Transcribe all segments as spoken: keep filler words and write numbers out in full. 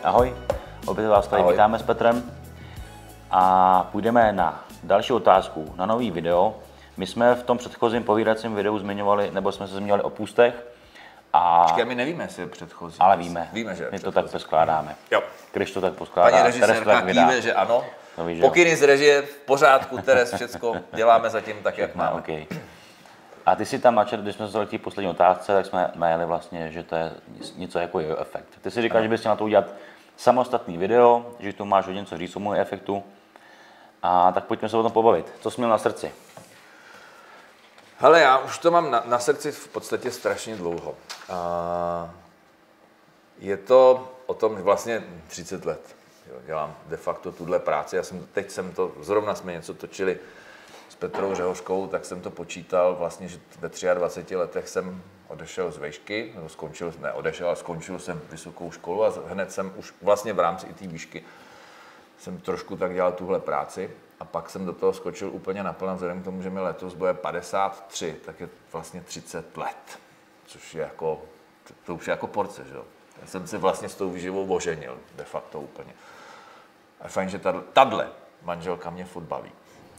Ahoj, opět vás tady Ahoj. vítáme s Petrem a půjdeme na další otázku, na nový video. My jsme v tom předchozím povídacím videu zmiňovali, nebo jsme se zmiňovali o půstech. A... Počkej, my nevíme, jestli je předchozí. Ale víme, víme že my to tak poskládáme. Jo. Když to tak poskládá, Paní Teres to režisérka tak vydá. kýve, že ano. To víš, Pokyny z režie v pořádku, Teres, všecko děláme zatím tak, jak No, máme. okay. A ty si tam načet, když jsme se k té poslední otázce, tak jsme najeli vlastně, že to je něco jako jojo efekt. Ty si říkáš, že bys chtěl na to udělat samostatný video, že tu máš hodně co říct o můj efektu. A tak pojďme se o tom pobavit. Co jsi měl na srdci? Hele, já už to mám na, na srdci v podstatě strašně dlouho. A je to o tom vlastně třicet let. Jo, dělám de facto tuhle práci. Já jsem, teď jsem to, zrovna jsme něco točili s Petrou Řehořkou, tak jsem to počítal vlastně, že ve dvaceti třech letech jsem odešel z vejšky, nebo skončil, ne odešel, ale skončil jsem vysokou školu a hned jsem už vlastně v rámci i té výšky jsem trošku tak dělal tuhle práci a pak jsem do toho skočil úplně naplno, vzhledem k tomu, že mi letos bude padesát tři, tak je vlastně třicet let, což je jako, to už je jako porce, že jo. Já jsem se vlastně s tou výživou oženil, de facto úplně. A je fajn, že tato, tato manželka mě furt baví.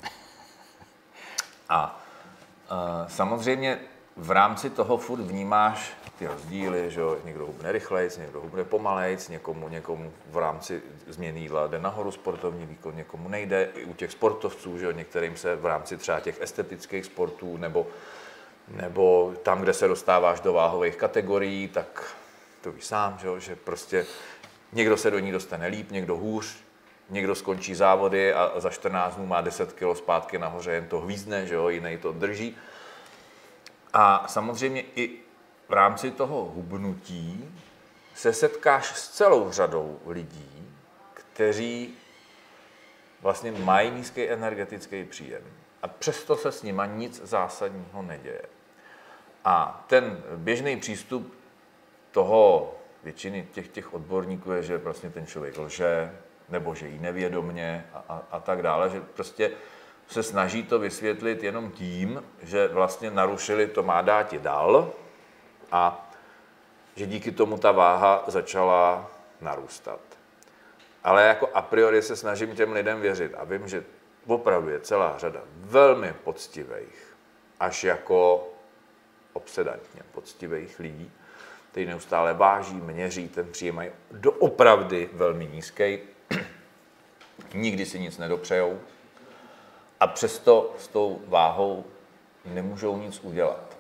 A uh, samozřejmě v rámci toho furt vnímáš ty rozdíly, že jo, někdo hubne rychlejc, někdo hubne pomalejc, někomu, někomu v rámci změny jídla jde nahoru sportovní výkon, někomu nejde, i u těch sportovců, že jo, některým se v rámci třeba těch estetických sportů, nebo, nebo tam, kde se dostáváš do váhových kategorií, tak to víš sám, že jo, že prostě někdo se do ní dostane líp, někdo hůř, někdo skončí závody a za čtrnáct dnů má deset kilo zpátky nahoře, jen to hvízdne, že jo, jiný to drží. A samozřejmě i v rámci toho hubnutí se setkáš s celou řadou lidí, kteří vlastně mají nízký energetický příjem a přesto se s nima nic zásadního neděje. A ten běžný přístup toho většiny těch, těch odborníků je, že vlastně ten člověk lže, nebo že jí nevědomně a, a, a tak dále, že prostě se snaží to vysvětlit jenom tím, že vlastně narušili to má dáti dal a že díky tomu ta váha začala narůstat. Ale jako a priori se snažím těm lidem věřit a vím, že opravdu je celá řada velmi poctivých, až jako obsedantně poctivých lidí, kteří neustále váží, měří, ten příjem mají doopravdy velmi nízký, nikdy si nic nedopřejou a přesto s tou váhou nemůžou nic udělat.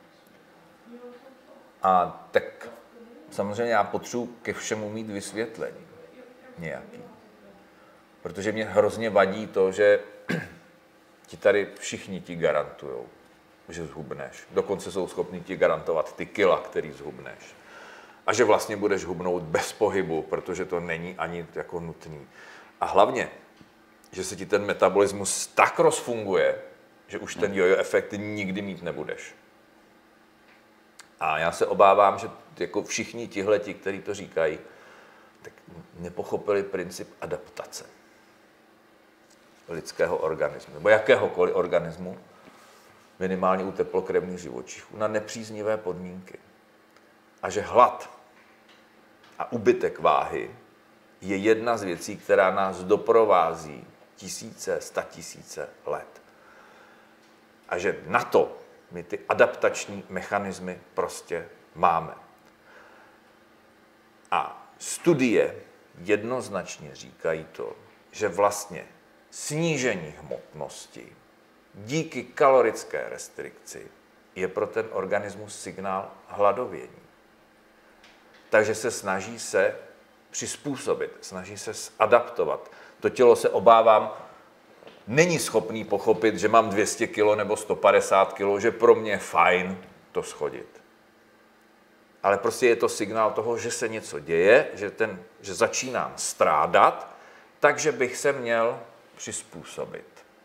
A tak samozřejmě já potřebuji ke všemu mít vysvětlení nějaký. Protože mě hrozně vadí to, že ti tady všichni ti garantujou, že zhubneš. Dokonce jsou schopni ti garantovat ty kila, který zhubneš. A že vlastně budeš hubnout bez pohybu, protože to není ani jako nutný. A hlavně, že se ti ten metabolismus tak rozfunguje, že už ten jojo efekt nikdy mít nebudeš. A já se obávám, že jako všichni tihleti, kteří to říkají, tak nepochopili princip adaptace lidského organismu, nebo jakéhokoliv organismu, minimálně u teplokrevných živočichů, na nepříznivé podmínky. A že hlad a úbytek váhy je jedna z věcí, která nás doprovází tisíce, statisíce let. A že na to my ty adaptační mechanismy prostě máme. A studie jednoznačně říkají to, že vlastně snížení hmotnosti díky kalorické restrikci je pro ten organismus signál hladovění. Takže se snaží se přizpůsobit, snaží se adaptovat. To tělo se obávám, není schopný pochopit, že mám dvě stě kilo nebo sto padesát kilo, že pro mě je fajn to schodit. Ale prostě je to signál toho, že se něco děje, že, ten, že začínám strádat, takže bych se měl přizpůsobit.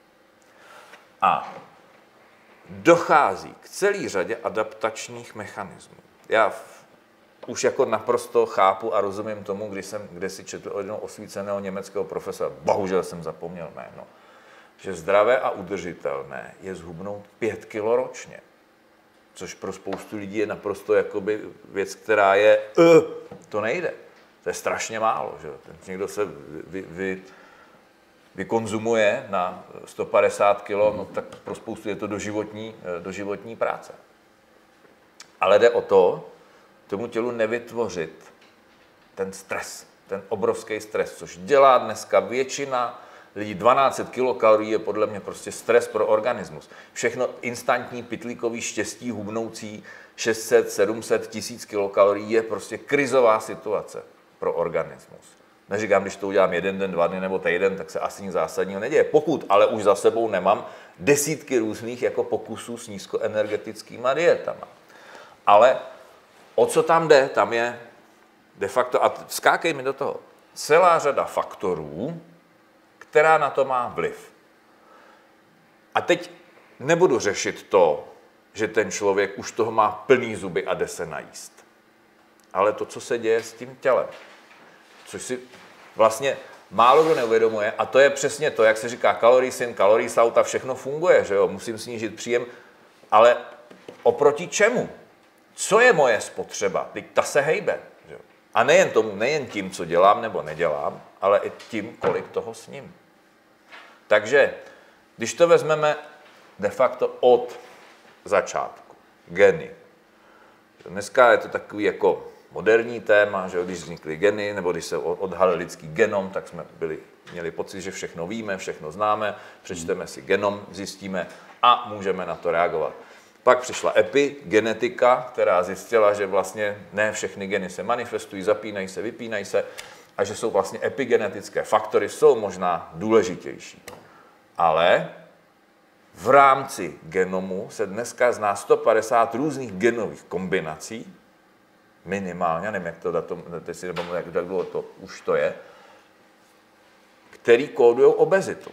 A dochází k celé řadě adaptačních mechanismů. Já už jako naprosto chápu a rozumím tomu, když jsem kdysi četl od jednoho osvíceného německého profesora, bohužel jsem zapomněl jméno, že zdravé a udržitelné je zhubnout pět kilo ročně. Což pro spoustu lidí je naprosto jakoby věc, která je, uh, to nejde. To je strašně málo, že jo. Někdo se vy, vy, vykonzumuje na sto padesát kilo, no tak pro spoustu je to doživotní, doživotní práce. Ale jde o to, tomu tělu nevytvořit ten stres, ten obrovský stres, což dělá dneska většina lidí. dvanáct set kilokalorií je podle mě prostě stres pro organismus. Všechno instantní, pitlíkový, štěstí, hubnoucí, šest set, sedm set, tisíc kilokalorií je prostě krizová situace pro organismus. Neříkám, když to udělám jeden den, dva dny nebo týden, tak se asi nic zásadního neděje. Pokud ale už za sebou nemám desítky různých jako pokusů s nízkoenergetickýma dietama. Ale o co tam jde? Tam je de facto, a skákej mi do toho, celá řada faktorů, která na to má vliv. A teď nebudu řešit to, že ten člověk už toho má plný zuby a jde se najíst. Ale to, co se děje s tím tělem. Což si vlastně málo kdo neuvědomuje, a to je přesně to, jak se říká calories in, calories out, a všechno funguje, že jo, musím snížit příjem, ale oproti čemu? Co je moje spotřeba? Teď ta se hejbe. Že jo? A nejen, tomu, nejen tím, co dělám nebo nedělám, ale i tím, kolik toho sním. Takže, když to vezmeme de facto od začátku, geny. Dneska je to takový jako moderní téma, že když vznikly geny, nebo když se odhalil lidský genom, tak jsme byli, měli pocit, že všechno víme, všechno známe, přečteme si genom, zjistíme a můžeme na to reagovat. Pak přišla epigenetika, která zjistila, že vlastně ne všechny geny se manifestují, zapínají se, vypínají se a že jsou vlastně epigenetické faktory, jsou možná důležitější. Ale v rámci genomu se dneska zná sto padesát různých genových kombinací, minimálně, nevím, jak to datum, nebo jak dlouho to už to je, který kódují obezitu.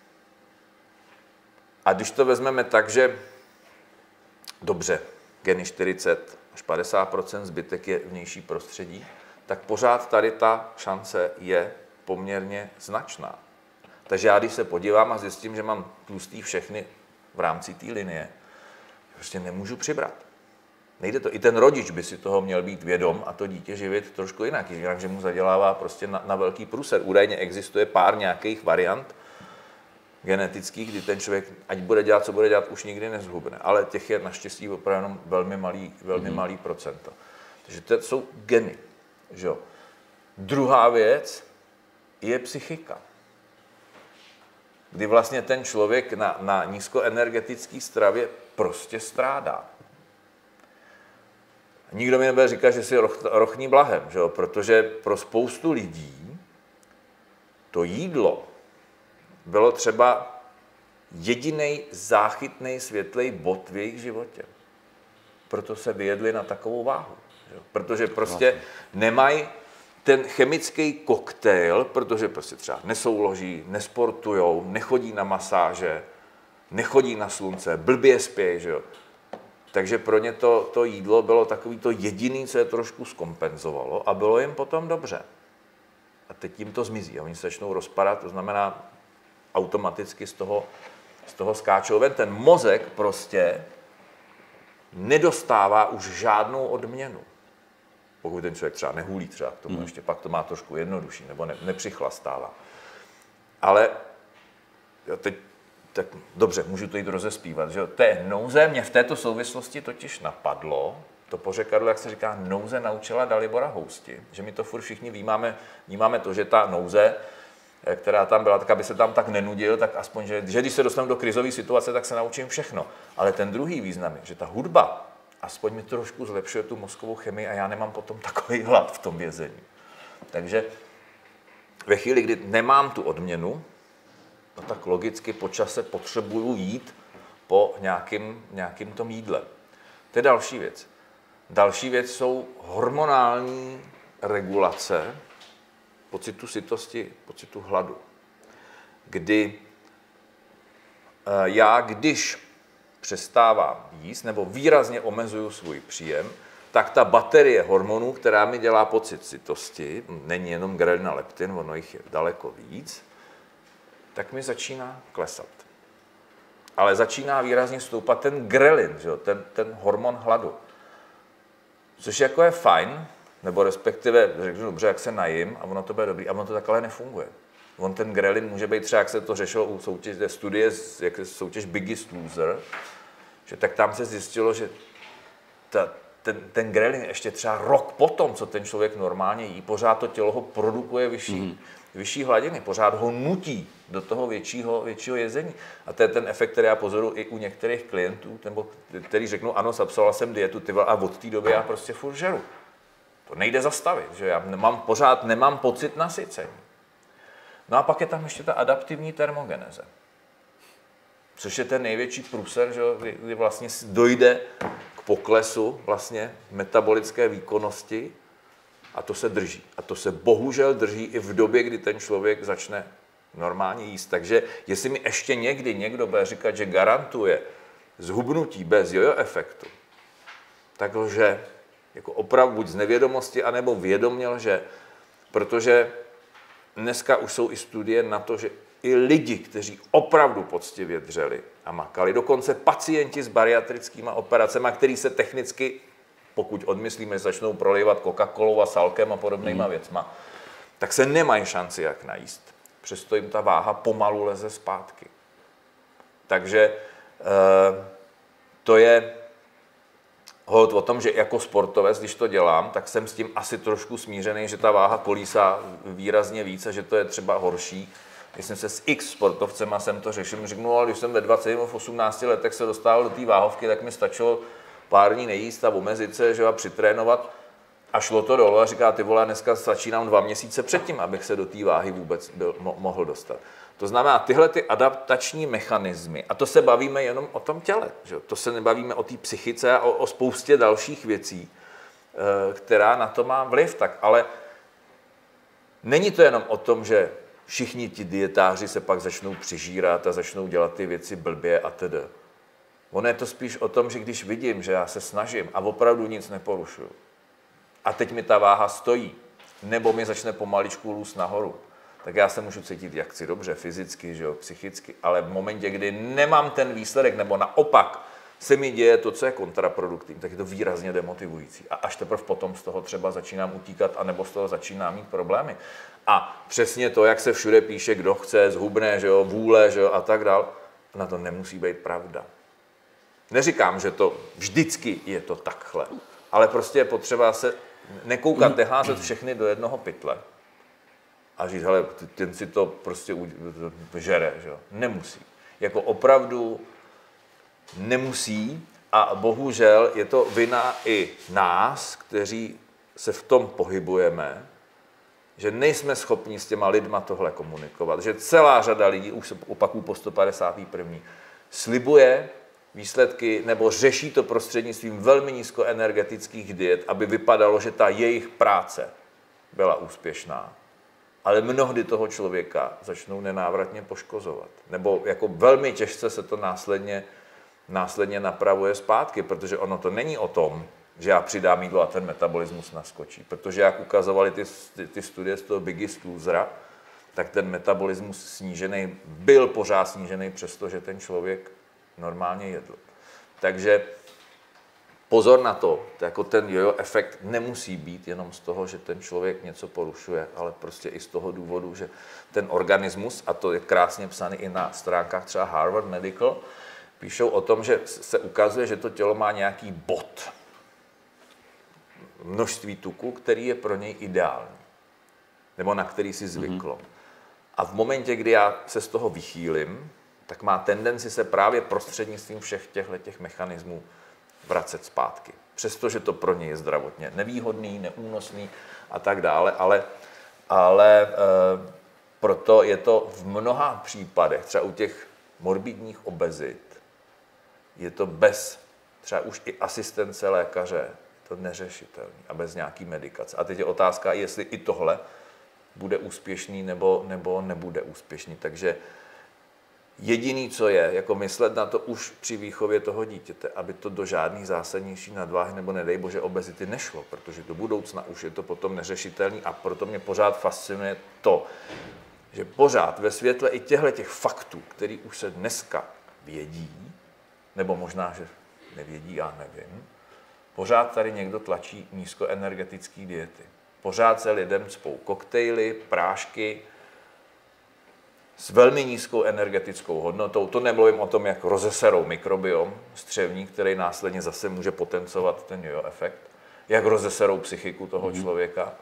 A když to vezmeme tak, že dobře, geny čtyřicet až padesát procent, zbytek je vnější prostředí, tak pořád tady ta šance je poměrně značná. Takže já, když se podívám a zjistím, že mám tlustý všechny v rámci té linie, prostě nemůžu přibrat. Nejde to. I ten rodič by si toho měl být vědom a to dítě živit trošku jinak, jinak, že mu zadělává prostě na, na velký průser. Údajně existuje pár nějakých variant genetických, kdy ten člověk, ať bude dělat, co bude dělat, už nikdy nezhubne. Ale těch je naštěstí opravdu jenom velmi malý, velmi mm-hmm. malý procento. Takže to jsou geny. Že jo? Druhá věc je psychika. Kdy vlastně ten člověk na, na nízkoenergetické stravě prostě strádá. Nikdo mi nebude říkat, že si roch, rochní blahem, že jo? Protože pro spoustu lidí to jídlo bylo třeba jedinej záchytnej světlej bod v jejich životě. Proto se vyjedli na takovou váhu. Že jo? Protože prostě nemají ten chemický koktejl, protože prostě třeba nesouloží, nesportujou, nechodí na masáže, nechodí na slunce, blbě spějí, že jo. Takže pro ně to, to jídlo bylo takový to jediný, co je trošku zkompenzovalo a bylo jim potom dobře. A teď jim to zmizí a oni se začnou rozpadat, to znamená automaticky z toho, z toho skáčou ven. Ten mozek prostě nedostává už žádnou odměnu. Pokud ten člověk třeba nehulí, třeba k tomu hmm. ještě pak to má trošku jednodušší, nebo ne, nepřichlastává. Ale jo, teď, tak dobře, můžu to jít rozespívat, že jo, té nouze mě v této souvislosti totiž napadlo, to pořekadlo, jak se říká, nouze naučila Dalibora Housti, že my to furt všichni vnímáme, vnímáme to, že ta nouze, která tam byla, tak aby se tam tak nenudil, tak aspoň, že, že když se dostanu do krizové situace, tak se naučím všechno. Ale ten druhý význam je, že ta hudba aspoň mi trošku zlepšuje tu mozkovou chemii a já nemám potom takový hlad v tom vězení. Takže ve chvíli, kdy nemám tu odměnu, no tak logicky po čase potřebuju jít po nějakým, nějakým tom jídle. To je další věc. Další věc jsou hormonální regulace pocitu sytosti, pocitu hladu. Kdy já, když přestávám jíst nebo výrazně omezuju svůj příjem, tak ta baterie hormonů, která mi dělá pocit sytosti, není jenom grelin a leptin, ono jich je daleko víc, tak mi začíná klesat. Ale začíná výrazně stoupat ten grelin, že jo? Ten, ten hormon hladu. Což jako je fajn, Nebo respektive řeknu dobře, jak se najím a ono to bude dobrý. A ono to takhle nefunguje. On ten grelin může být třeba, jak se to řešilo u soutěže, studie, jak je soutěž Biggest Loser, že tak tam se zjistilo, že ta, ten, ten grelin ještě třeba rok potom, co ten člověk normálně jí, pořád to tělo ho produkuje vyšší, mm. vyšší hladiny, pořád ho nutí do toho většího, většího jezení. A to je ten efekt, který já pozoruji i u některých klientů, nebo který řeknou, ano, zapsala jsem dietu, ty vole, a od té doby já prostě furt žeru. To nejde zastavit, že já nemám, pořád nemám pocit nasycení. No a pak je tam ještě ta adaptivní termogeneze, což je ten největší průser, že, kdy vlastně dojde k poklesu vlastně metabolické výkonnosti a to se drží. A to se bohužel drží i v době, kdy ten člověk začne normálně jíst. Takže jestli mi ještě někdy někdo bude říkat, že garantuje zhubnutí bez jojo efektu, tak lže jako opravdu buď z nevědomosti, anebo vědomě lže, protože dneska už jsou i studie na to, že i lidi, kteří opravdu poctivě dřeli a makali, dokonce pacienti s bariatrickými operacemi, který se technicky, pokud odmyslíme, začnou prolejvat Coca-Colou a salkem a podobnýma mm. věcma, tak se nemají šanci jak najíst. Přesto jim ta váha pomalu leze zpátky. Takže eh, to je holt o tom, že jako sportovec, když to dělám, tak jsem s tím asi trošku smířený, že ta váha kolísá výrazně víc a že to je třeba horší. Když jsem se s x sportovcema jsem to řešil, mi řekl, no, ale když jsem ve dvaceti nebo v osmnácti letech se dostal do té váhovky, tak mi stačilo pár dní nejíst a omezit se, že, a přitrénovat a šlo to dolů a říká, ty vole, dneska začínám dva měsíce předtím, abych se do té váhy vůbec byl, mo- mohl dostat. To znamená, tyhle ty adaptační mechanismy, a to se bavíme jenom o tom těle, že? To se nebavíme o té psychice a o, o spoustě dalších věcí, e, která na to má vliv, tak, ale není to jenom o tom, že všichni ti dietáři se pak začnou přižírat a začnou dělat ty věci blbě a tedy. Ono je to spíš o tom, že když vidím, že já se snažím a opravdu nic neporušuju, a teď mi ta váha stojí, nebo mi začne pomaličku růst nahoru, tak já se můžu cítit jak chci dobře, fyzicky, že jo, psychicky, ale v momentě, kdy nemám ten výsledek, nebo naopak se mi děje to, co je kontraproduktivní, tak je to výrazně demotivující. A až teprve potom z toho třeba začínám utíkat, anebo z toho začínám mít problémy. A přesně to, jak se všude píše, kdo chce, zhubne, že jo, vůle, že jo, a tak dál, na to nemusí být pravda. Neříkám, že to vždycky je to takhle, ale prostě je potřeba se nekoukat, neházet všechny do jednoho pytle a říct, hele, ten si to prostě žere, že jo. Nemusí. Jako opravdu nemusí a bohužel je to vina i nás, kteří se v tom pohybujeme, že nejsme schopni s těma lidma tohle komunikovat, že celá řada lidí, už se opakuju po sto padesátém prvním slibuje výsledky nebo řeší to prostřednictvím velmi nízkoenergetických diet, aby vypadalo, že ta jejich práce byla úspěšná. Ale mnohdy toho člověka začnou nenávratně poškozovat. Nebo jako velmi těžce se to následně, následně napravuje zpátky, protože ono to není o tom, že já přidám jídlo a ten metabolismus naskočí. Protože jak ukazovaly ty, ty, ty studie z toho Biggest Losera, tak ten metabolismus snížený byl pořád snížený, přestože ten člověk normálně jedl. Takže pozor na to, jako ten jojo efekt nemusí být jenom z toho, že ten člověk něco porušuje, ale prostě i z toho důvodu, že ten organismus, a to je krásně psaný i na stránkách třeba Harvard Medical, píšou o tom, že se ukazuje, že to tělo má nějaký bod, množství tuku, který je pro něj ideální, nebo na který si zvyklo. Mm-hmm. A v momentě, kdy já se z toho vychýlím, tak má tendenci se právě prostřednictvím všech těchto mechanismů vracet zpátky. Přestože to pro něj je zdravotně nevýhodný, neúnosný a tak dále, ale, ale e, proto je to v mnoha případech, třeba u těch morbidních obezit, je to bez třeba už i asistence lékaře, to neřešitelný a bez nějaký medikace. A teď je otázka, jestli i tohle bude úspěšný nebo, nebo nebude úspěšný. Takže jediný, co je, jako myslet na to už při výchově toho dítěte, aby to do žádný zásadnější nadváhy nebo nedej bože obezity nešlo, protože do budoucna už je to potom neřešitelný a proto mě pořád fascinuje to, že pořád ve světle i těchto těch faktů, který už se dneska vědí, nebo možná, že nevědí, já nevím, Pořád tady někdo tlačí nízkoenergetické diety. Pořád se lidem cpou koktejly, prášky s velmi nízkou energetickou hodnotou. To nemluvím o tom, jak rozeserou mikrobiom střevní, který následně zase může potencovat ten jojo efekt, jak rozeserou psychiku toho mm. člověka.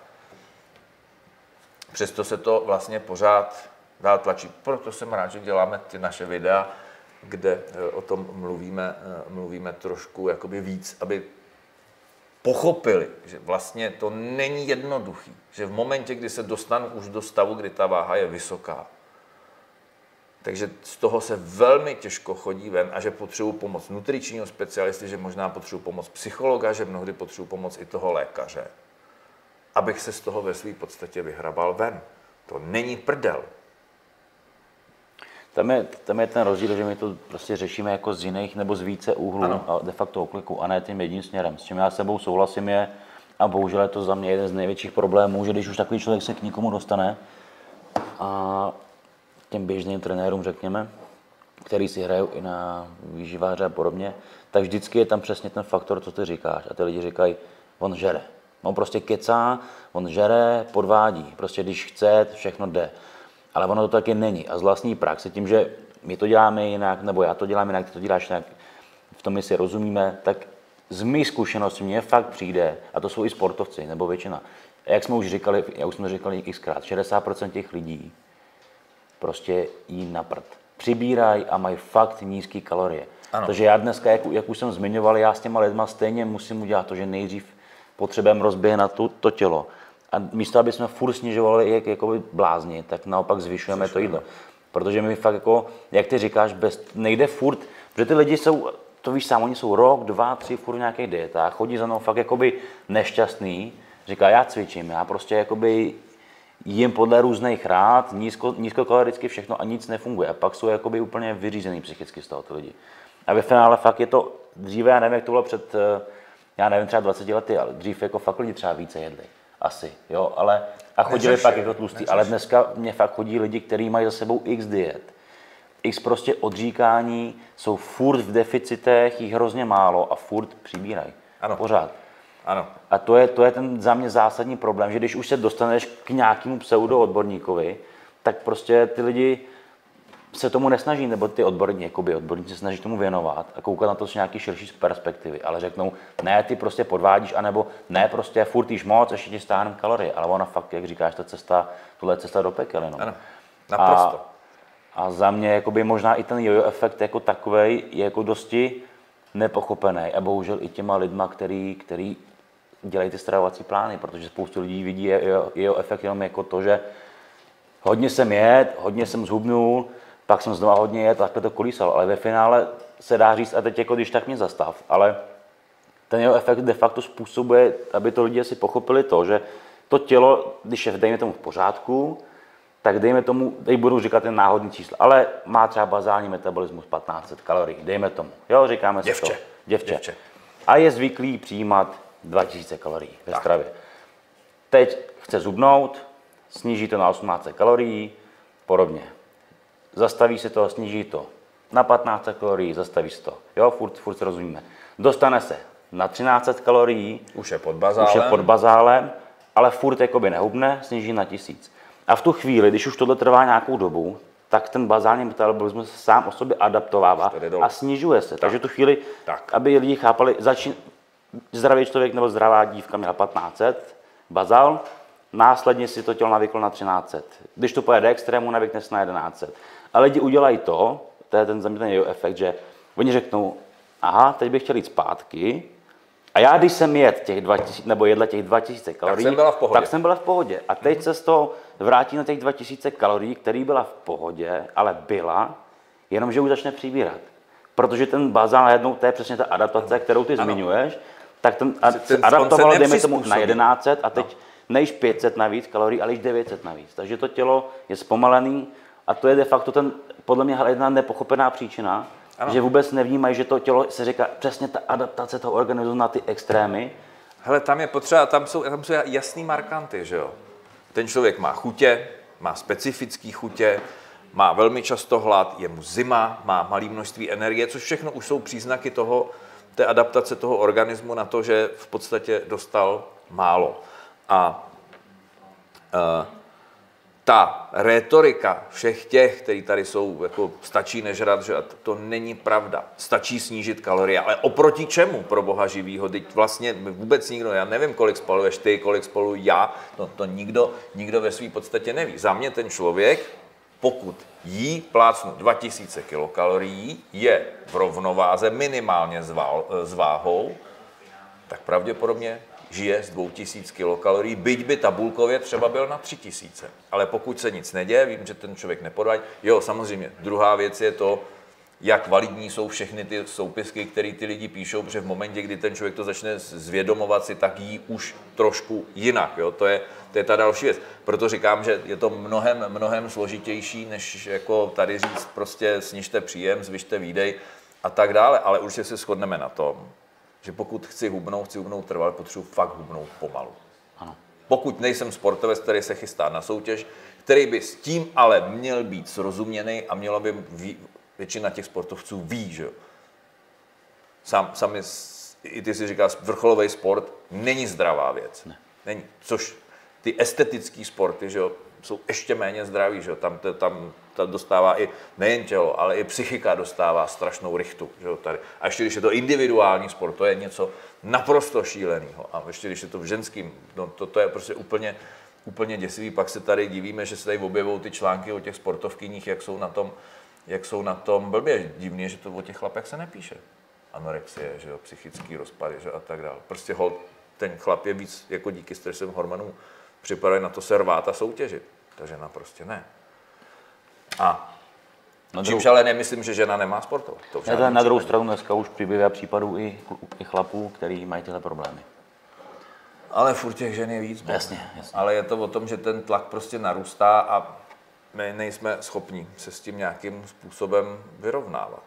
Přesto se to vlastně pořád dál tlačí. Proto jsem rád, že děláme ty naše videa, kde o tom mluvíme, mluvíme trošku jakoby víc, aby pochopili, že vlastně to není jednoduchý, že v momentě, kdy se dostanu už do stavu, kdy ta váha je vysoká, takže z toho se velmi těžko chodí ven a že potřebuji pomoc nutričního specialisty, že možná potřebuji pomoc psychologa, že mnohdy potřebuji pomoc i toho lékaře, abych se z toho ve své podstatě vyhrabal ven. To není prdel. Tam je, tam je ten rozdíl, že my to prostě řešíme jako z jiných nebo z více úhlů ano. a de facto okliku a ne tím jedním směrem. S čím já s sebou souhlasím je, a bohužel je to za mě jeden z největších problémů, že když už takový člověk se k někomu dostane a těm běžným trenérům, řekněme, který si hrajou i na výživáře a podobně, tak vždycky je tam přesně ten faktor, co ty říkáš. A ty lidi říkají, on žere. On prostě kecá, on žere, podvádí. Prostě když chce, všechno jde. Ale ono to taky není. A z vlastní praxe, tím, že my to děláme jinak, nebo já to dělám jinak, ty to děláš jinak, v tom my si rozumíme, tak z mých zkušeností mně fakt přijde, a to jsou i sportovci, nebo většina. A jak jsme už říkali, jak už jsme říkali xkrát, šedesát procent těch lidí prostě jí na prd. Přibírají a mají fakt nízké kalorie. Ano. Takže já dneska, jak, jak už jsem zmiňoval, já s těma lidma stejně musím udělat to, že nejdřív potřebujeme rozběhnat to, to tělo. A místo, aby jsme furt snižovali jak jakoby blázni, tak naopak zvyšujeme Zvyšujeme. to jídlo. Protože my fakt jako, jak ty říkáš, bez, nejde furt, protože ty lidi jsou, to víš sám, oni jsou rok, dva, tři furt v nějakých dietách, chodí za mnou fakt jakoby nešťastný, říká, já cvičím, já prostě jakoby jím podle různých rád, nízko, nízkokaloricky všechno a nic nefunguje. A pak jsou jakoby úplně vyřízený psychicky z toho ty lidi. A ve finále fakt je to, dříve, já nevím, jak to bylo před, já nevím, třeba dvaceti lety, ale dřív jako fakt lidi třeba více jedli. Asi, jo, ale a chodili neřeši, pak jako tlustý, neřeši. Ale dneska mě fakt chodí lidi, kteří mají za sebou x diet, x prostě odříkání, jsou furt v deficitech, jich hrozně málo a furt přibírají. Ano. Pořád. Ano. A to je, to je ten za mě zásadní problém, že když už se dostaneš k nějakému pseudoodborníkovi, tak prostě ty lidi se tomu nesnaží, nebo ty odborníci, jakoby odborníci se snaží tomu věnovat a koukat na to z nějaký širší perspektivy, ale řeknou, ne, ty prostě podvádíš, anebo ne, prostě furt jíš moc, ještě ti stáhnem kalorie, ale ona fakt, jak říkáš, ta cesta, tohle je cesta do pekel, no. Ano, naprosto. A, a za mě jakoby možná i ten jojo efekt jako takovej je jako dosti nepochopený a bohužel i těma lidma, který, který dělají ty stravovací plány, protože spoustu lidí vidí jojo, jojo efekt jenom jako to, že hodně jsem jet, hodně jsem zhubnul, pak jsem znova hodně jet, takhle to kolísal, ale ve finále se dá říct, a teď jako když tak mě zastav, ale ten jeho efekt de facto způsobuje, aby to lidi si pochopili to, že to tělo, když je dejme tomu v pořádku, tak dejme tomu, teď budu říkat ten náhodný číslo, ale má třeba bazální metabolismus patnáct set kalorií, dejme tomu, jo, říkáme Děvče. si to. Děvče. Děvče. A je zvyklý přijímat dva tisíce kalorií ve stravě. Teď chce zhubnout, sníží to na osmnáct set kalorií, podobně. Zastaví se to, sníží to na patnáct set kalorií, zastaví se to. Jo, furt, furt se rozumíme. Dostane se na třináct set kalorií, už je pod bazálem, už je pod bazálem, ale furt jakoby nehubne, sníží na tisíc. A v tu chvíli, když už tohle trvá nějakou dobu, tak ten bazální metabolismus sám o sobě adaptovává a snižuje se. Tak. Takže tu chvíli, tak. aby lidi chápali, začín, zdravý člověk nebo zdravá dívka měla patnáct set bazál, následně si to tělo navyklo na třináct set. Když to pojede extrému, navykne se na jedenáct set. A lidi udělají to, to je ten zaměřený efekt, že oni řeknou, aha, teď bych chtěl jít zpátky, a já když jsem jet těch dva tisíce, nebo jedla těch dva tisíce kalorií, tak jsem byla v pohodě. Tak jsem byla v pohodě. A teď se z toho vrátí na těch dva tisíce kalorií, který byla v pohodě, ale byla, jenomže už začne přibírat. Protože ten bazál najednou, to je přesně ta adaptace, kterou ty ano. zmiňuješ, tak ten, ten adaptovalo, dejme tomu, na jedenáct set a teď no. nejíš pět set navíc kalorií, ale již devět set navíc. Takže to tělo je zpomalený a to je de facto ten, podle mě, jedna nepochopená příčina, ano. že vůbec nevnímají, že to tělo se říká přesně ta adaptace toho organismu na ty extrémy. Hele, tam je potřeba, tam jsou, tam jsou jasný markanty, že jo. Ten člověk má chutě, má specifický chutě, má velmi často hlad, je mu zima, má malé množství energie, což všechno už jsou příznaky toho, té adaptace toho organismu na to, že v podstatě dostal málo. A uh, ta rétorika všech těch, kteří tady jsou, jako stačí nežrat, že to není pravda. Stačí snížit kalorie, ale oproti čemu, pro boha živýho? Teď vlastně vůbec nikdo, já nevím, kolik spaluješ ty, kolik spaluju já, to, to nikdo, nikdo ve své podstatě neví. Za mě ten člověk, pokud jí plácnu dva tisíce kilokalorií, je v rovnováze minimálně s, vál, s váhou, tak pravděpodobně žije z dvou tisíc kilokalorií, byť by tabulkově třeba byl na tři tisíce. Ale pokud se nic neděje, vím, že ten člověk nepodvádí. Jo, samozřejmě, druhá věc je to, jak validní jsou všechny ty soupisky, které ty lidi píšou, protože v momentě, kdy ten člověk to začne zvědomovat si, tak jí už trošku jinak. Jo? To, je, to je ta další věc. Proto říkám, že je to mnohem, mnohem složitější, než jako tady říct prostě snižte příjem, zvyšte výdej a tak dále. Ale určitě se shodneme na tom, že pokud chci hubnout, chci hubnout trvale, potřebuji fakt hubnout pomalu. Ano. Pokud nejsem sportovec, který se chystá na soutěž, který by s tím ale měl být srozuměný a mělo by ví, většina těch sportovců ví, že jo. Sám, sami, i ty si říkáš, vrcholový sport není zdravá věc. Ne. Není. Což ty estetické sporty, že jo, jsou ještě méně zdraví, že jo. Tam, tam, tam dostává i nejen tělo, ale i psychika dostává strašnou rychtu, že jo, tady. A ještě když je to individuální sport, to je něco naprosto šíleného. A ještě když je to v ženským, no to, to je prostě úplně, úplně děsivý. Pak se tady divíme, že se tady objevují ty články o těch sportovkyních, jak jsou na tom, jak jsou na tom blbě. Divně je, že to o těch chlapech se nepíše. Anorexie, že jo, psychický rozpady, že a tak dále. Prostě hold, ten chlap je víc jako díky stresovým hormonům připravený na to se rvát a soutěžit. Ta žena prostě ne. A no čímž ale nemyslím, že žena nemá sportovat. To ne, na druhou stranu dneska už přibývá případů i, i chlapů, který mají tyhle problémy. Ale furt těch žen je víc. Jasně, jasně. Ale je to o tom, že ten tlak prostě narůstá a my nejsme schopni se s tím nějakým způsobem vyrovnávat.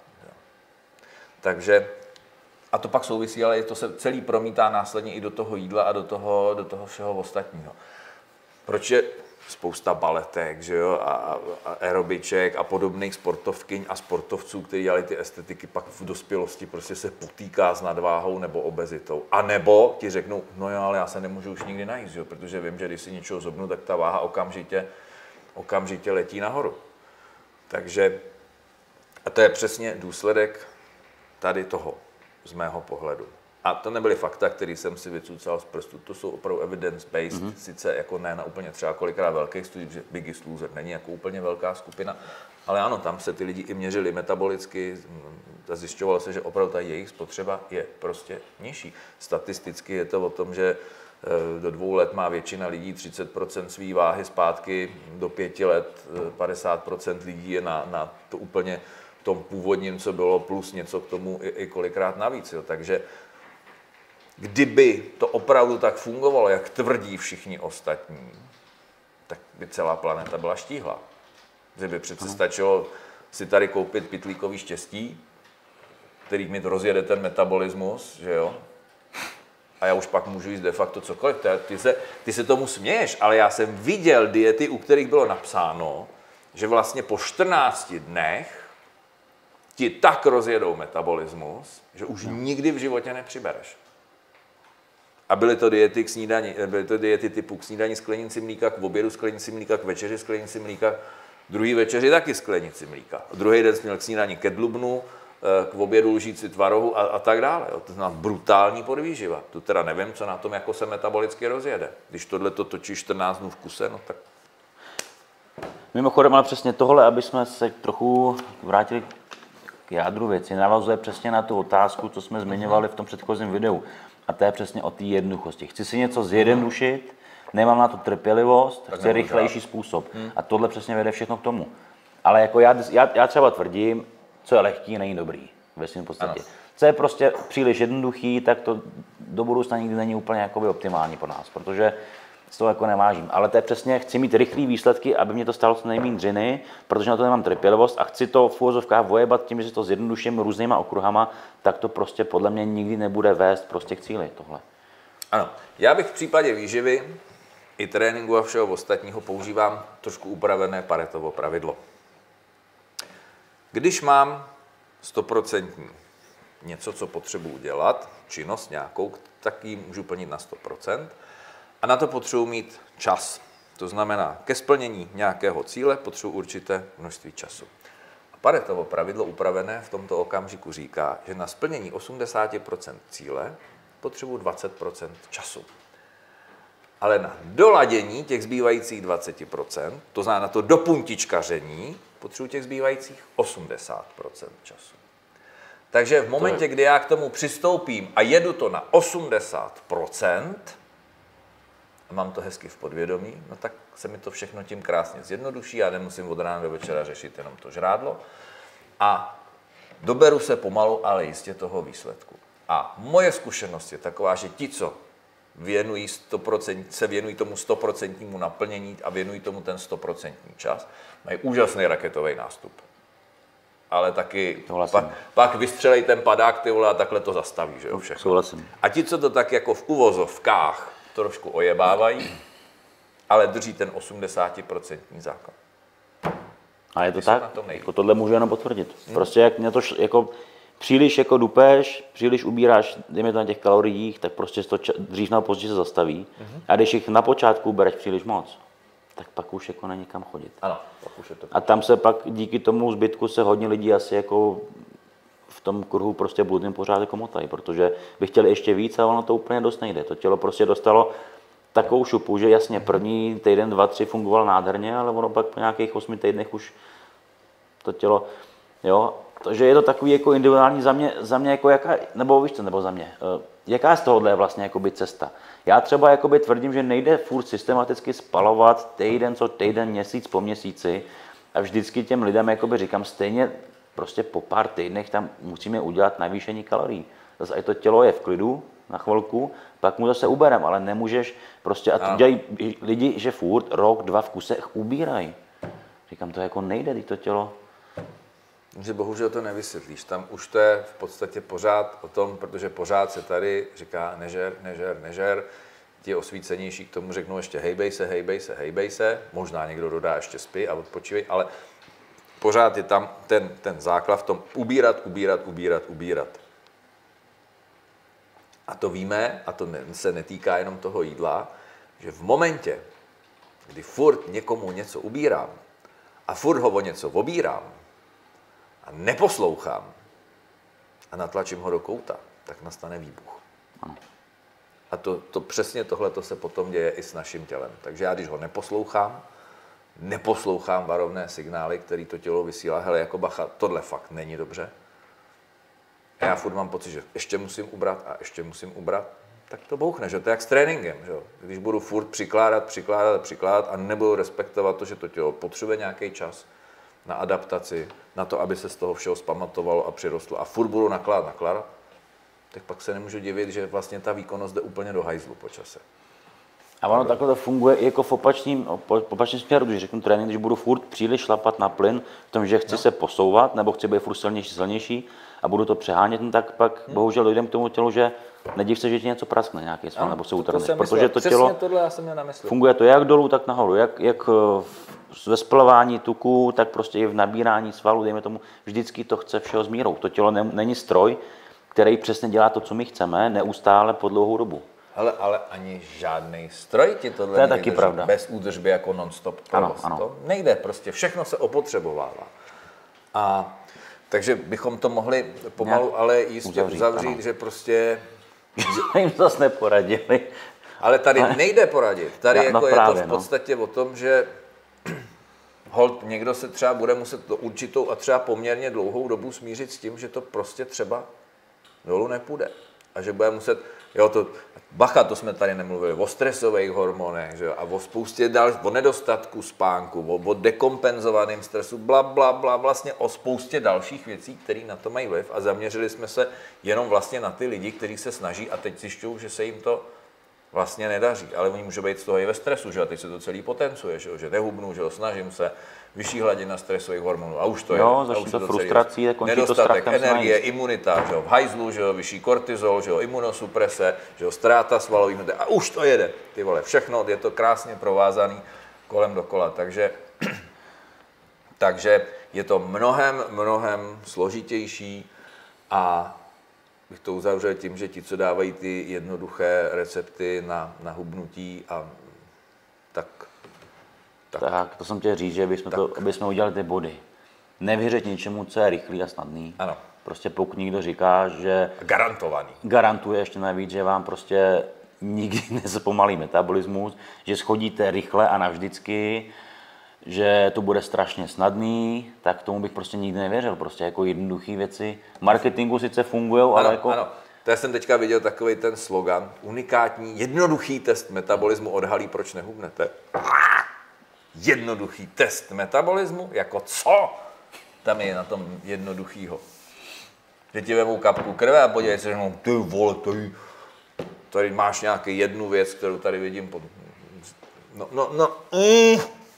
Takže, a to pak souvisí, ale to se celý promítá následně i do toho jídla a do toho, do toho všeho ostatního. Proč je spousta baletek, že jo, a, a aerobiček a podobných sportovkyň a sportovců, kteří dělali ty estetiky, pak v dospělosti prostě se potýká s nadváhou nebo obezitou. A nebo ti řeknou, no jo, ale já se nemůžu už nikdy najíst, jo, protože vím, že když si něčeho zobnu, tak ta váha okamžitě, okamžitě letí nahoru. Takže, a to je přesně důsledek tady toho, z mého pohledu. A to nebyly fakta, které jsem si vycucal z prstu, to jsou opravdu evidence-based, mm-hmm. sice jako ne na úplně třeba kolikrát velkých studií, že Biggest Loser není jako úplně velká skupina, ale ano, tam se ty lidi i měřili metabolicky a zjišťovalo se, že opravdu ta jejich spotřeba je prostě nižší. Statisticky je to o tom, že do dvou let má většina lidí třicet procent své váhy zpátky, do pěti let padesát procent lidí je na, na to úplně tom původním, co bylo, plus něco k tomu i, i kolikrát navíc. Jo. Takže kdyby to opravdu tak fungovalo, jak tvrdí všichni ostatní, tak by celá planeta byla štíhla. Kdyby přece stačilo si tady koupit pytlíkový štěstí, který mi rozjede ten metabolismus, že jo? A já už pak můžu jíst de facto cokoliv. Ty se, ty se tomu směješ, ale já jsem viděl diety, u kterých bylo napsáno, že vlastně po čtrnácti dnech ti tak rozjedou metabolismus, že už nikdy v životě nepřibereš. A byly to diety k snídani, byly to diety typu k snídani sklenici mlíka, k obědu sklenici mlíka, k večeři sklenici mlíka, druhý večeři taky sklenici mlíka. A druhý den jsi měl k snídani kedlubnu, k obědu lžíci tvarohu a, a tak dále. Jo. To znamená brutální podvýživa. Tu teda nevím, co na tom jako se metabolicky rozjede. Když tohle to točí čtrnáct dnů v kuse, no tak... Mimochodem, ale přesně tohle, aby jsme se trochu vrátili k jádru věci, navazuje přesně na tu otázku, co jsme zmiňovali v tom předchozím videu. A to je přesně o té jednoduchosti. Chci si něco zjednodušit, nemám na to trpělivost, tak chci rychlejší dělat. Způsob. Hmm. A tohle přesně vede všechno k tomu. Ale jako já, já, já třeba tvrdím, co je lehký, není dobrý ve svém podstatě. Ano. Co je prostě příliš jednoduchý, tak to do budoucna nikdy není úplně jakoby optimální pro nás, protože z toho jako nevážím. Ale to je přesně, chci mít rychlé výsledky, aby mě to stalo co nejméně dřiny, protože na to nemám trpělivost a chci to v úvozovkách vojebat tím, že to zjednoduším různýma okruhama, tak to prostě podle mě nikdy nebude vést prostě k cíli tohle. Ano, já bych v případě výživy i tréninku a všeho ostatního používám trošku upravené Paretovo pravidlo. Když mám sto procent něco, co potřebuji dělat, činnost nějakou, tak ji můžu plnit na sto procent. A na to potřebuji mít čas. To znamená, ke splnění nějakého cíle potřebuji určité množství času. A Paretovo pravidlo upravené v tomto okamžiku říká, že na splnění osmdesát procent cíle potřebuji dvacet procent času. Ale na doladění těch zbývajících dvacet procent, to znamená na to dopuntičkaření, potřebuji těch zbývajících osmdesát procent času. Takže v momentě, kdy já k tomu přistoupím a jedu to na osmdesát procent, a mám to hezky v podvědomí, no tak se mi to všechno tím krásně zjednoduší, já nemusím od rána do večera řešit jenom to žrádlo a doberu se pomalu, ale jistě toho výsledku. A moje zkušenost je taková, že ti, co věnují sto procent, se věnují tomu stoprocentnímu naplnění a věnují tomu ten stoprocentní čas, mají úžasný raketový nástup. Ale taky pak, pak vystřelej ten padák, ty vole, a takhle to zastaví, že jo, všechno. Souhlasím. A ti, co to tak jako v uvozovkách trošku ojebávají, ale drží ten osmdesátiprocentní základ. A je to tak? Jako tohle můžu jenom potvrdit. Hmm. Prostě jak mě to š, jako příliš jako dupeš, příliš ubíráš, dejme to na těch kaloriích, tak prostě to ča, dřív nebo později se zastaví. Hmm. A když jich na počátku bereš příliš moc, tak pak už jako není kam chodit. Ano, pak už je to. A tam se pak díky tomu zbytku se hodně lidí asi jako v tom kruhu prostě bludným pořád jako motají, protože by chtěli ještě víc, ale ono to úplně dost nejde. To tělo prostě dostalo takovou šupu, že jasně první týden, dva, tři fungoval nádherně, ale ono pak po nějakých osmi týdnech už to tělo, jo, takže je to takový jako individuální za mě, za mě jako jaká, nebo víš co, nebo za mě, jaká z tohohle je vlastně jakoby cesta. Já třeba jakoby tvrdím, že nejde furt systematicky spalovat týden co týden, měsíc po měsíci a vždycky těm lidem jakoby říkám stejně prostě po pár týdnech tam musíme udělat navýšení kalorií. Zase ať to tělo je v klidu na chvilku, pak mu zase uberem, ale nemůžeš prostě, a to dělají lidi, že furt rok, dva v kuse ubírají. Říkám, to jako nejde, když to tělo. Že bohužel to nevysvětlíš. Tam už to je v podstatě pořád o tom, protože pořád se tady říká nežer, nežer, nežer. Ti osvícenější k tomu řeknou ještě hejbej se, hejbej se, hejbej se. Možná někdo dodá ještě spí a odpočívej, ale pořád je tam ten, ten základ v tom ubírat, ubírat, ubírat, ubírat. A to víme, a to ne, se netýká jenom toho jídla, že v momentě, kdy furt někomu něco ubírám a furt ho o něco obírám a neposlouchám a natlačím ho do kouta, tak nastane výbuch. A to, to přesně tohle se potom děje i s naším tělem. Takže já, když ho neposlouchám, neposlouchám varovné signály, které to tělo vysílá, hele, jako bacha, tohle fakt není dobře. A já furt mám pocit, že ještě musím ubrat a ještě musím ubrat, tak to bouchne, že to je jak s tréninkem, že? Když budu furt přikládat, přikládat, přikládat a nebudu respektovat to, že to tělo potřebuje nějaký čas na adaptaci, na to, aby se z toho všeho zpamatovalo a přirostlo a furt budu nakládat, nakládat, tak pak se nemůžu divit, že vlastně ta výkonnost jde úplně do hajzlu po čase. A ono takhle to funguje i jako v opačným, v opačným směru, když řeknu trénink, když budu furt příliš šlapat na plyn, v tom, že chci no. se posouvat, nebo chci být furt silnější, silnější a budu to přehánět, no tak pak hmm. bohužel dojdem k tomu tělu, že nediv se, že ti něco praskne nějaký sval, nebo se utrhneš, protože to tělo funguje to jak dolů, tak nahoru, jak, jak ve spalování tuku, tak prostě i v nabírání svalů, dejme tomu, vždycky to chce všeho s mírou. To tělo ne, není stroj, který přesně dělá to, co my chceme, neustále po dlouhou dobu. Hele, ale ani žádný stroj ti tohle to je taky pravda. Bez údržby jako non-stop provoz. Ano, ano. To nejde prostě, všechno se opotřebovává. A takže bychom to mohli pomalu, Nějak ale jistě uzavřít, uzavřít že prostě... jim zase neporadili. Ale tady ale... nejde poradit. Tady no, jako no, právě, je to v podstatě no. o tom, že hold, někdo se třeba bude muset do určitou a třeba poměrně dlouhou dobu smířit s tím, že to prostě třeba dolů nepůjde. A že bude muset, jo, to, bacha, to jsme tady nemluvili, o stresových hormonech, že jo, a o spoustě dal, o nedostatku spánku, o, o dekompenzovaném stresu, bla, bla, bla, vlastně o spoustě dalších věcí, které na to mají vliv a zaměřili jsme se jenom vlastně na ty lidi, kteří se snaží a teď zjišťují, že se jim to vlastně nedaří, ale oni můžou být z toho i ve stresu, že a teď se to celý potencuje, že, že nehubnu, že jo, snažím se, vyšší hladina stresových hormonů a už to jo, je. Jo, to frustrací, tak končí to strachem. Nedostatek energie, imunita, že jo, v hajzlu, že jo, vyšší kortizol, že jo, imunosuprese, že jo, ztráta svalových hmot a už to jede, ty vole, všechno, je to krásně provázaný kolem dokola, takže, takže je to mnohem, mnohem složitější a bych to uzavřel tím, že ti, co dávají ty jednoduché recepty na, na hubnutí a tak, tak. Tak, to jsem chtěl říct, že bychom, to, bychom udělali ty body. Nevěřit ničemu, co je rychlý a snadný. Ano. Prostě pokud někdo říká, že... Garantovaný. Garantuje ještě navíc, že vám prostě nikdy nezpomalí metabolismus, že schodíte rychle a navždycky, že to bude strašně snadný, tak tomu bych prostě nikdy nevěřil. Prostě jako jednoduché věci. Marketingu sice fungují, ale ano, jako... Ano. To já jsem teďka viděl takový ten slogan. Unikátní, jednoduchý test metabolismu odhalí, proč nehubnete. Jednoduchý test metabolismu? Jako co? Tam je na tom jednoduchýho. Že ti vemou kapku krve a podívej se, že no, ty vole, tady, tady máš nějaký jednu věc, kterou tady vidím pod... No, no, no, mm.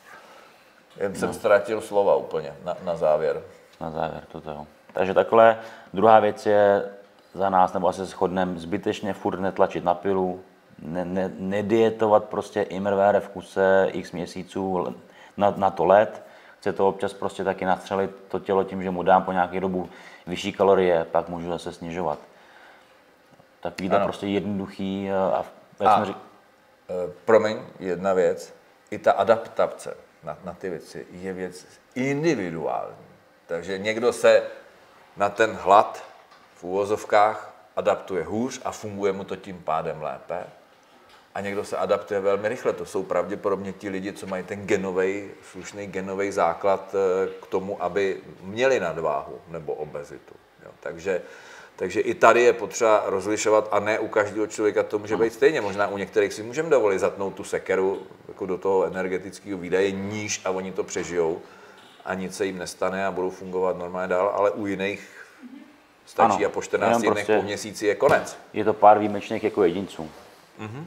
Jen jsem no. ztratil slova úplně na, na závěr. Na závěr, toto jo. Takže takhle, druhá věc je za nás, nebo asi se shodneme, zbytečně furt netlačit na pilu, ne, ne, nedietovat prostě imrvére v kuse x měsíců na, na to let. Chce to občas prostě taky nastřelit to tělo tím, že mu dám po nějaké dobu vyšší kalorie, pak můžu zase snižovat. Takový to prostě jednoduchý a... a řík... promiň, jedna věc, i ta adaptace na, na ty věci je věc individuální. Takže někdo se na ten hlad v úvozovkách adaptuje hůř a funguje mu to tím pádem lépe. A někdo se adaptuje velmi rychle. To jsou pravděpodobně ti lidi, co mají ten genovej, slušný genový základ k tomu, aby měli nadváhu nebo obezitu. Jo, takže, takže i tady je potřeba rozlišovat a ne u každého člověka to může být stejně. Možná u některých si můžeme dovolit zatnout tu sekeru jako do toho energetického výdaje níž a oni to přežijou a nic se jim nestane a budou fungovat normálně dál, ale u jiných stačí ano, a po čtrnácti dnech, prostě po měsíci je konec. Je to pár výjimečných jako jedinců. Mhm.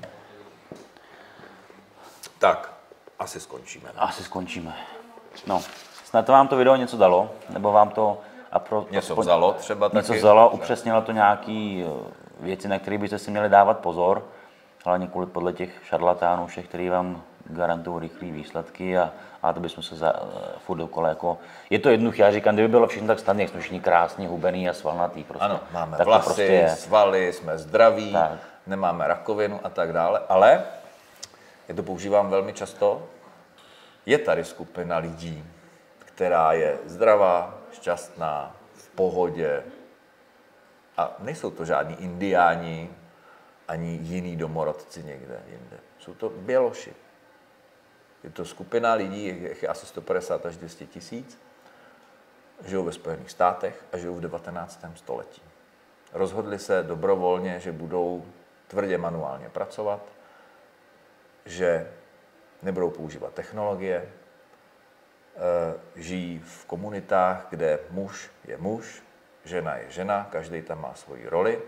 Tak, asi skončíme. Ne? Asi skončíme. No, snad vám to video něco dalo, nebo vám to... A pro, něco aspoň, vzalo třeba něco taky? vzalo, upřesnilo to nějaké věci, na které byste si měli dávat pozor, hlavně kvůli podle těch šarlatánů všech, který vám garantují rychlé výsledky a, a to bychom se za, furt dokola jako... Je to jednoduché, já říkám, kdyby bylo všechno tak snadné, jak jsme všichni krásně, hubený a svalnatý. Prostě. Ano, máme tak vlasy, prostě svaly, jsme zdraví, tak. Nemáme rakovinu a tak dále, ale já to používám velmi často. Je tady skupina lidí, která je zdravá, šťastná, v pohodě a nejsou to žádní indiáni ani jiní domorodci někde jinde. Jsou to běloši. Je to skupina lidí, je asi sto padesát až dvě stě tisíc, žijou ve Spojených státech a žijou v devatenáctém století. Rozhodli se dobrovolně, že budou tvrdě manuálně pracovat, že nebudou používat technologie, žijí v komunitách, kde muž je muž, žena je žena, každý tam má svoji roli,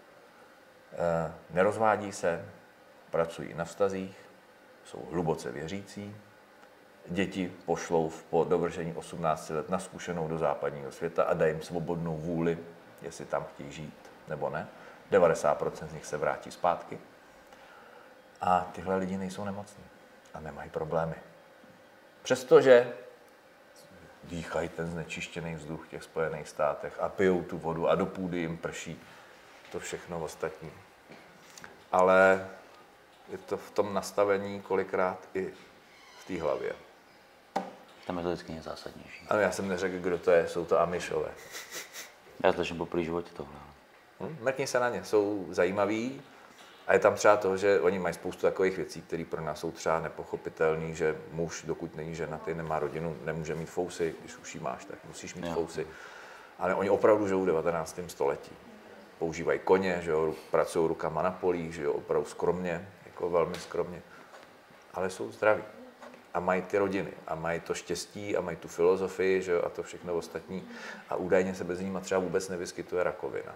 nerozvádí se, pracují na vztazích, jsou hluboce věřící, děti pošlou po dovršení osmnácti let na zkušenou do západního světa a dají jim svobodnou vůli, jestli tam chtějí žít nebo ne. devadesát procent z nich se vrátí zpátky. A tyhle lidi nejsou nemocní a nemají problémy. Přestože dýchají ten znečištěný vzduch v těch Spojených státech a pijou tu vodu a do půdy jim prší, to všechno ostatní. Ale je to v tom nastavení kolikrát i v té hlavě. Tam je to vždycky nejzásadnější. Ale já jsem neřekl, kdo to je, jsou to Amišové. Já slyším po prý životě tohle. Hm, mrkni se na ně, jsou zajímaví a je tam třeba to, že oni mají spoustu takových věcí, které pro nás jsou třeba nepochopitelné, že muž, dokud není ženatý, nemá rodinu, nemůže mít fousy, když už ji máš, tak musíš mít jo. fousy. Ale oni opravdu žijou v devatenáctém století. Používají koně, že jo, pracují rukama na polích, že jo, opravdu skromně, jako velmi skromně, ale jsou zdraví. A mají ty rodiny, a mají to štěstí, a mají tu filozofii, že jo, a to všechno ostatní. A údajně se bez nimi třeba vůbec nevyskytuje rakovina.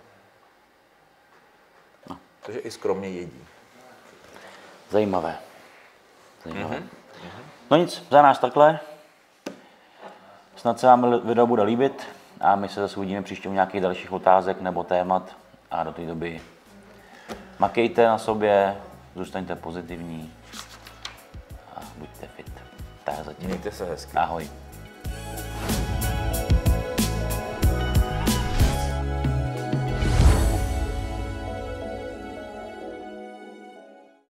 No. Takže i skromně jedí. Zajímavé. Zajímavé. Mm-hmm. No nic, za nás takhle. Snad se vám video bude líbit a my se zase uvidíme příště u nějakých dalších otázek nebo témat. A do té doby makejte na sobě, zůstaňte pozitivní a buďte fit. Tak zatím. Mějte se hezky. Ahoj.